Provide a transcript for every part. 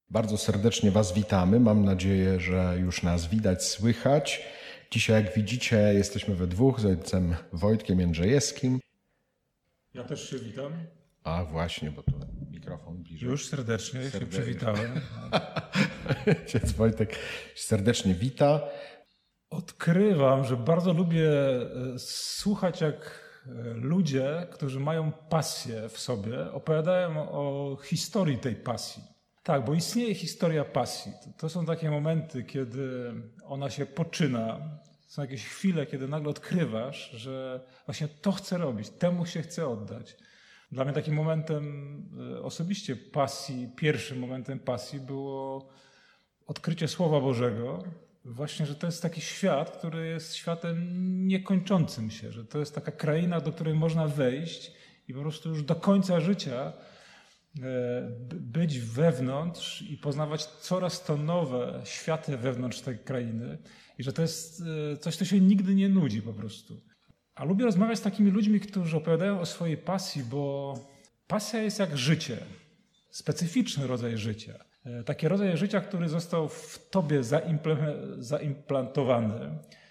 Bardzo serdecznie Was witamy. Mam nadzieję, że już nas widać, słychać. Dzisiaj, jak widzicie, jesteśmy we dwóch z ojcem Wojtkiem Jędrzejewskim. Ja też się witam. A właśnie, bo tu mikrofon bliżej. Już serdecznie się przywitałem. Ojciec Wojtek serdecznie wita. Odkrywam, że bardzo lubię słuchać, jak ludzie, którzy mają pasję w sobie, opowiadają o historii tej pasji. Tak, bo istnieje historia pasji. To są takie momenty, kiedy ona się poczyna. Są jakieś chwile, kiedy nagle odkrywasz, że właśnie to chcę robić, temu się chcę oddać. Dla mnie takim momentem osobiście pasji, pierwszym momentem pasji było odkrycie Słowa Bożego. Właśnie, że to jest taki świat, który jest światem niekończącym się, że to jest taka kraina, do której można wejść i po prostu już do końca życia być wewnątrz i poznawać coraz to nowe światy wewnątrz tej krainy i że to jest coś, co się nigdy nie nudzi po prostu. A lubię rozmawiać z takimi ludźmi, którzy opowiadają o swojej pasji, bo pasja jest jak życie, specyficzny rodzaj życia. Taki rodzaj życia, który został w tobie zaimplantowany.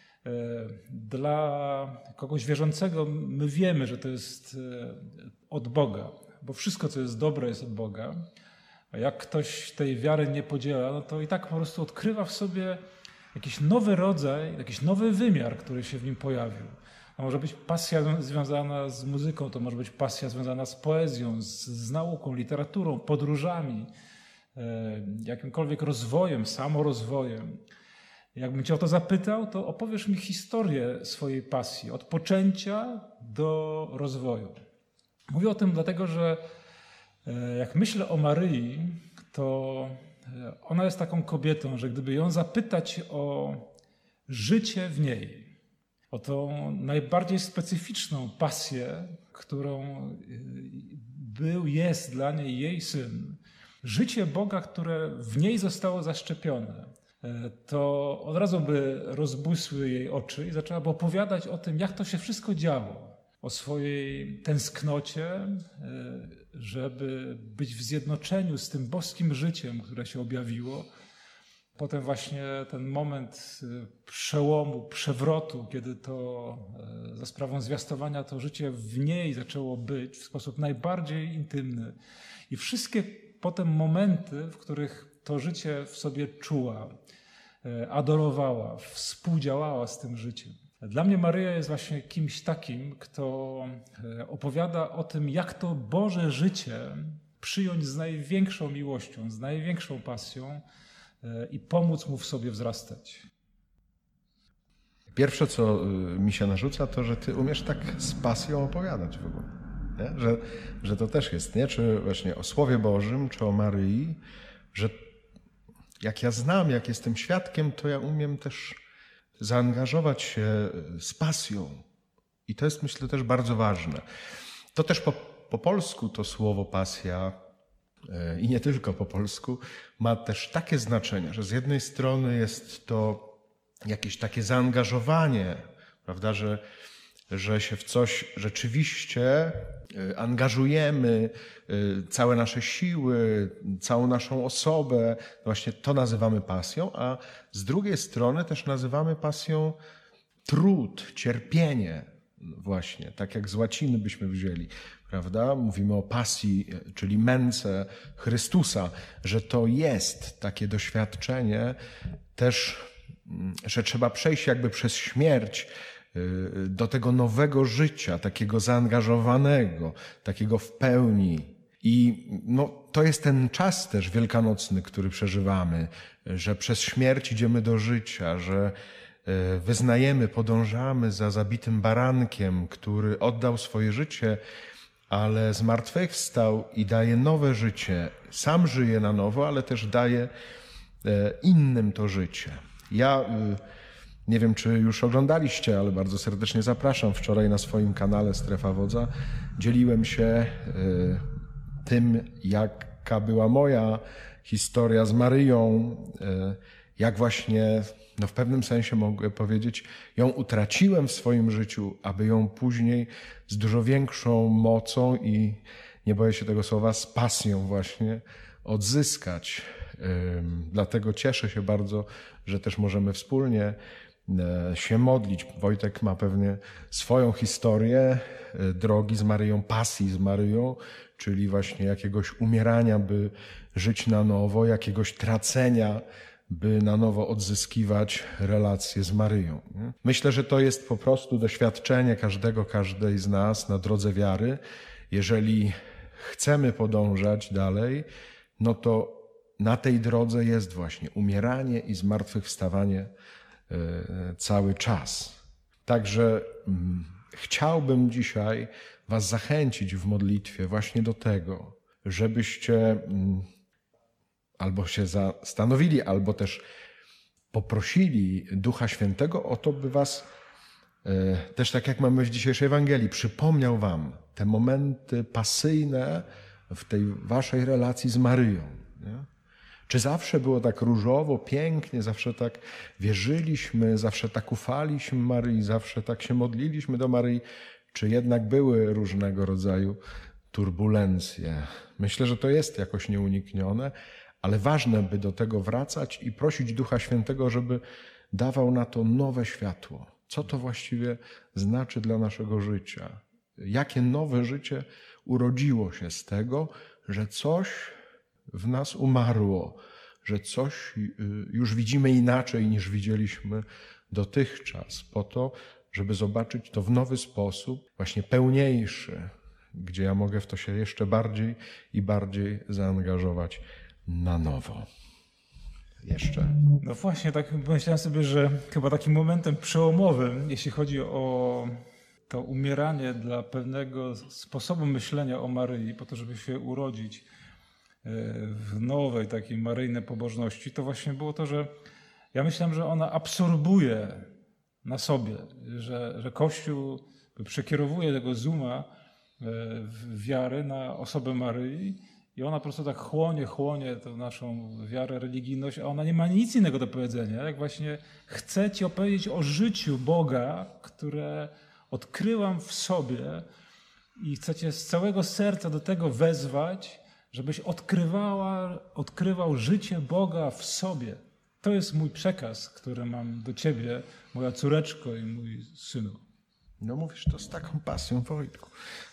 Dla kogoś wierzącego my wiemy, że to jest od Boga, bo wszystko, co jest dobre, jest od Boga. A jak ktoś tej wiary nie podziela, no to i tak po prostu odkrywa w sobie jakiś nowy rodzaj, jakiś nowy wymiar, który się w nim pojawił. To może być pasja związana z muzyką, to może być pasja związana z poezją, z nauką, literaturą, podróżami, jakimkolwiek rozwojem, samorozwojem. Jakbym cię o to zapytał, to opowiesz mi historię swojej pasji, od poczęcia do rozwoju. Mówię o tym dlatego, że jak myślę o Maryi, to ona jest taką kobietą, że gdyby ją zapytać o życie w niej, o tą najbardziej specyficzną pasję, którą jest dla niej jej syn, życie Boga, które w niej zostało zaszczepione, to od razu by rozbłysły jej oczy i zaczęłaby opowiadać o tym, jak to się wszystko działo. O swojej tęsknocie, żeby być w zjednoczeniu z tym boskim życiem, które się objawiło. Potem właśnie ten moment przełomu, przewrotu, kiedy to za sprawą zwiastowania to życie w niej zaczęło być w sposób najbardziej intymny. I wszystkie potem momenty, w których to życie w sobie czuła, adorowała, współdziałała z tym życiem. Dla mnie Maryja jest właśnie kimś takim, kto opowiada o tym, jak to Boże życie przyjąć z największą miłością, z największą pasją i pomóc mu w sobie wzrastać. Pierwsze, co mi się narzuca, to, że ty umiesz tak z pasją opowiadać w ogóle. Nie? Że to też jest, nie? Czy właśnie o Słowie Bożym, czy o Maryi, że jak ja znam, jak jestem świadkiem, to ja umiem też zaangażować się z pasją. I to jest, myślę, też bardzo ważne. To też po polsku to słowo pasja i nie tylko po polsku ma też takie znaczenie, że z jednej strony jest to jakieś takie zaangażowanie, prawda, że się w coś rzeczywiście angażujemy, całe nasze siły, całą naszą osobę, właśnie to nazywamy pasją, a z drugiej strony też nazywamy pasją trud, cierpienie właśnie, tak jak z łaciny byśmy wzięli, prawda? Mówimy o pasji, czyli męce Chrystusa, że to jest takie doświadczenie też, że trzeba przejść jakby przez śmierć do tego nowego życia, takiego zaangażowanego, takiego w pełni. I to jest ten czas też wielkanocny, który przeżywamy, że przez śmierć idziemy do życia, że wyznajemy, podążamy za zabitym barankiem, który oddał swoje życie, ale zmartwychwstał i daje nowe życie. Sam żyje na nowo, ale też daje innym to życie. Ja nie wiem, czy już oglądaliście, ale bardzo serdecznie zapraszam. Wczoraj na swoim kanale Strefa Wodza dzieliłem się tym, jaka była moja historia z Maryją, jak właśnie, w pewnym sensie mogę powiedzieć, ją utraciłem w swoim życiu, aby ją później z dużo większą mocą i, nie boję się tego słowa, z pasją właśnie odzyskać. Dlatego cieszę się bardzo, że też możemy wspólnie się modlić. Wojtek ma pewnie swoją historię drogi z Maryją, pasji z Maryją, czyli właśnie jakiegoś umierania, by żyć na nowo, jakiegoś tracenia, by na nowo odzyskiwać relacje z Maryją. Myślę, że to jest po prostu doświadczenie każdej z nas na drodze wiary. Jeżeli chcemy podążać dalej, no to na tej drodze jest właśnie umieranie i zmartwychwstawanie cały czas. Także chciałbym dzisiaj was zachęcić w modlitwie właśnie do tego, żebyście albo się zastanowili, albo też poprosili Ducha Świętego o to, by was też tak jak mamy w dzisiejszej Ewangelii, przypomniał wam te momenty pasyjne w tej waszej relacji z Maryją. Nie? Czy zawsze było tak różowo, pięknie, zawsze tak wierzyliśmy, zawsze tak ufaliśmy Maryi, zawsze tak się modliliśmy do Maryi, czy jednak były różnego rodzaju turbulencje? Myślę, że to jest jakoś nieuniknione, ale ważne, by do tego wracać i prosić Ducha Świętego, żeby dawał na to nowe światło. Co to właściwie znaczy dla naszego życia? Jakie nowe życie urodziło się z tego, że coś w nas umarło, że coś już widzimy inaczej niż widzieliśmy dotychczas, po to, żeby zobaczyć to w nowy sposób, właśnie pełniejszy, gdzie ja mogę w to się jeszcze bardziej i bardziej zaangażować na nowo. Jeszcze. No właśnie, tak myślałem sobie, że chyba takim momentem przełomowym, jeśli chodzi o to umieranie dla pewnego sposobu myślenia o Maryi, po to, żeby się urodzić w nowej takiej maryjnej pobożności, to właśnie było to, że ja myślałem, że ona absorbuje na sobie, że Kościół przekierowuje tego zooma wiary na osobę Maryi i ona po prostu tak chłonie tę naszą wiarę, religijność, a ona nie ma nic innego do powiedzenia, jak właśnie chce ci opowiedzieć o życiu Boga, które odkryłam w sobie i chcę cię z całego serca do tego wezwać, żebyś odkrywał życie Boga w sobie. To jest mój przekaz, który mam do ciebie, moja córeczko i mój synu. No mówisz to z taką pasją, Wojtku.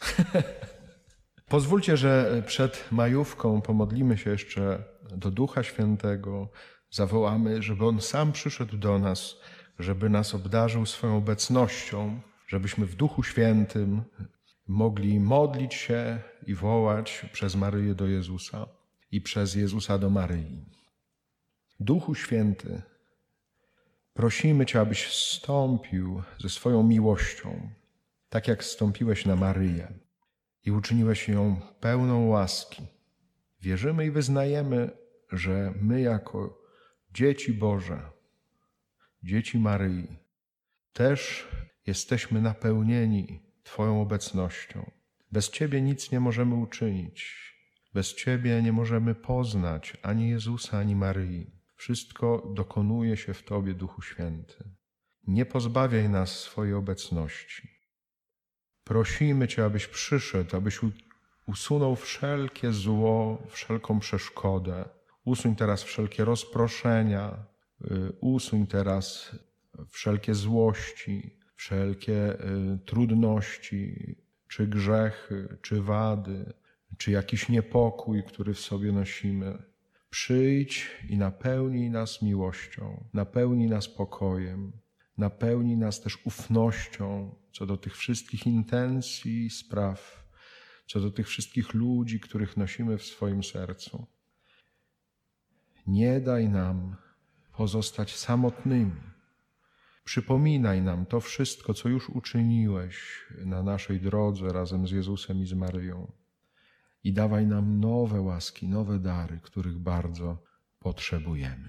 Pozwólcie, że przed majówką pomodlimy się jeszcze do Ducha Świętego, zawołamy, żeby On sam przyszedł do nas, żeby nas obdarzył swoją obecnością, żebyśmy w Duchu Świętym mogli modlić się i wołać przez Maryję do Jezusa i przez Jezusa do Maryi. Duchu Święty, prosimy Cię, abyś zstąpił ze swoją miłością, tak jak zstąpiłeś na Maryję i uczyniłeś ją pełną łaski. Wierzymy i wyznajemy, że my jako dzieci Boże, dzieci Maryi, też jesteśmy napełnieni Twoją obecnością. Bez Ciebie nic nie możemy uczynić. Bez Ciebie nie możemy poznać ani Jezusa, ani Maryi. Wszystko dokonuje się w Tobie, Duchu Święty. Nie pozbawiaj nas swojej obecności. Prosimy Cię, abyś przyszedł, abyś usunął wszelkie zło, wszelką przeszkodę. Usuń teraz wszelkie rozproszenia, usuń teraz wszelkie złości, wszelkie trudności, czy grzechy, czy wady, czy jakiś niepokój, który w sobie nosimy. Przyjdź i napełnij nas miłością, napełnij nas pokojem, napełnij nas też ufnością co do tych wszystkich intencji i spraw, co do tych wszystkich ludzi, których nosimy w swoim sercu. Nie daj nam pozostać samotnymi. Przypominaj nam to wszystko, co już uczyniłeś na naszej drodze razem z Jezusem i z Maryją. I dawaj nam nowe łaski, nowe dary, których bardzo potrzebujemy.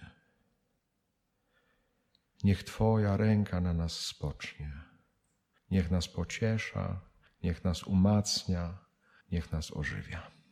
Niech Twoja ręka na nas spocznie. Niech nas pociesza, niech nas umacnia, niech nas ożywia.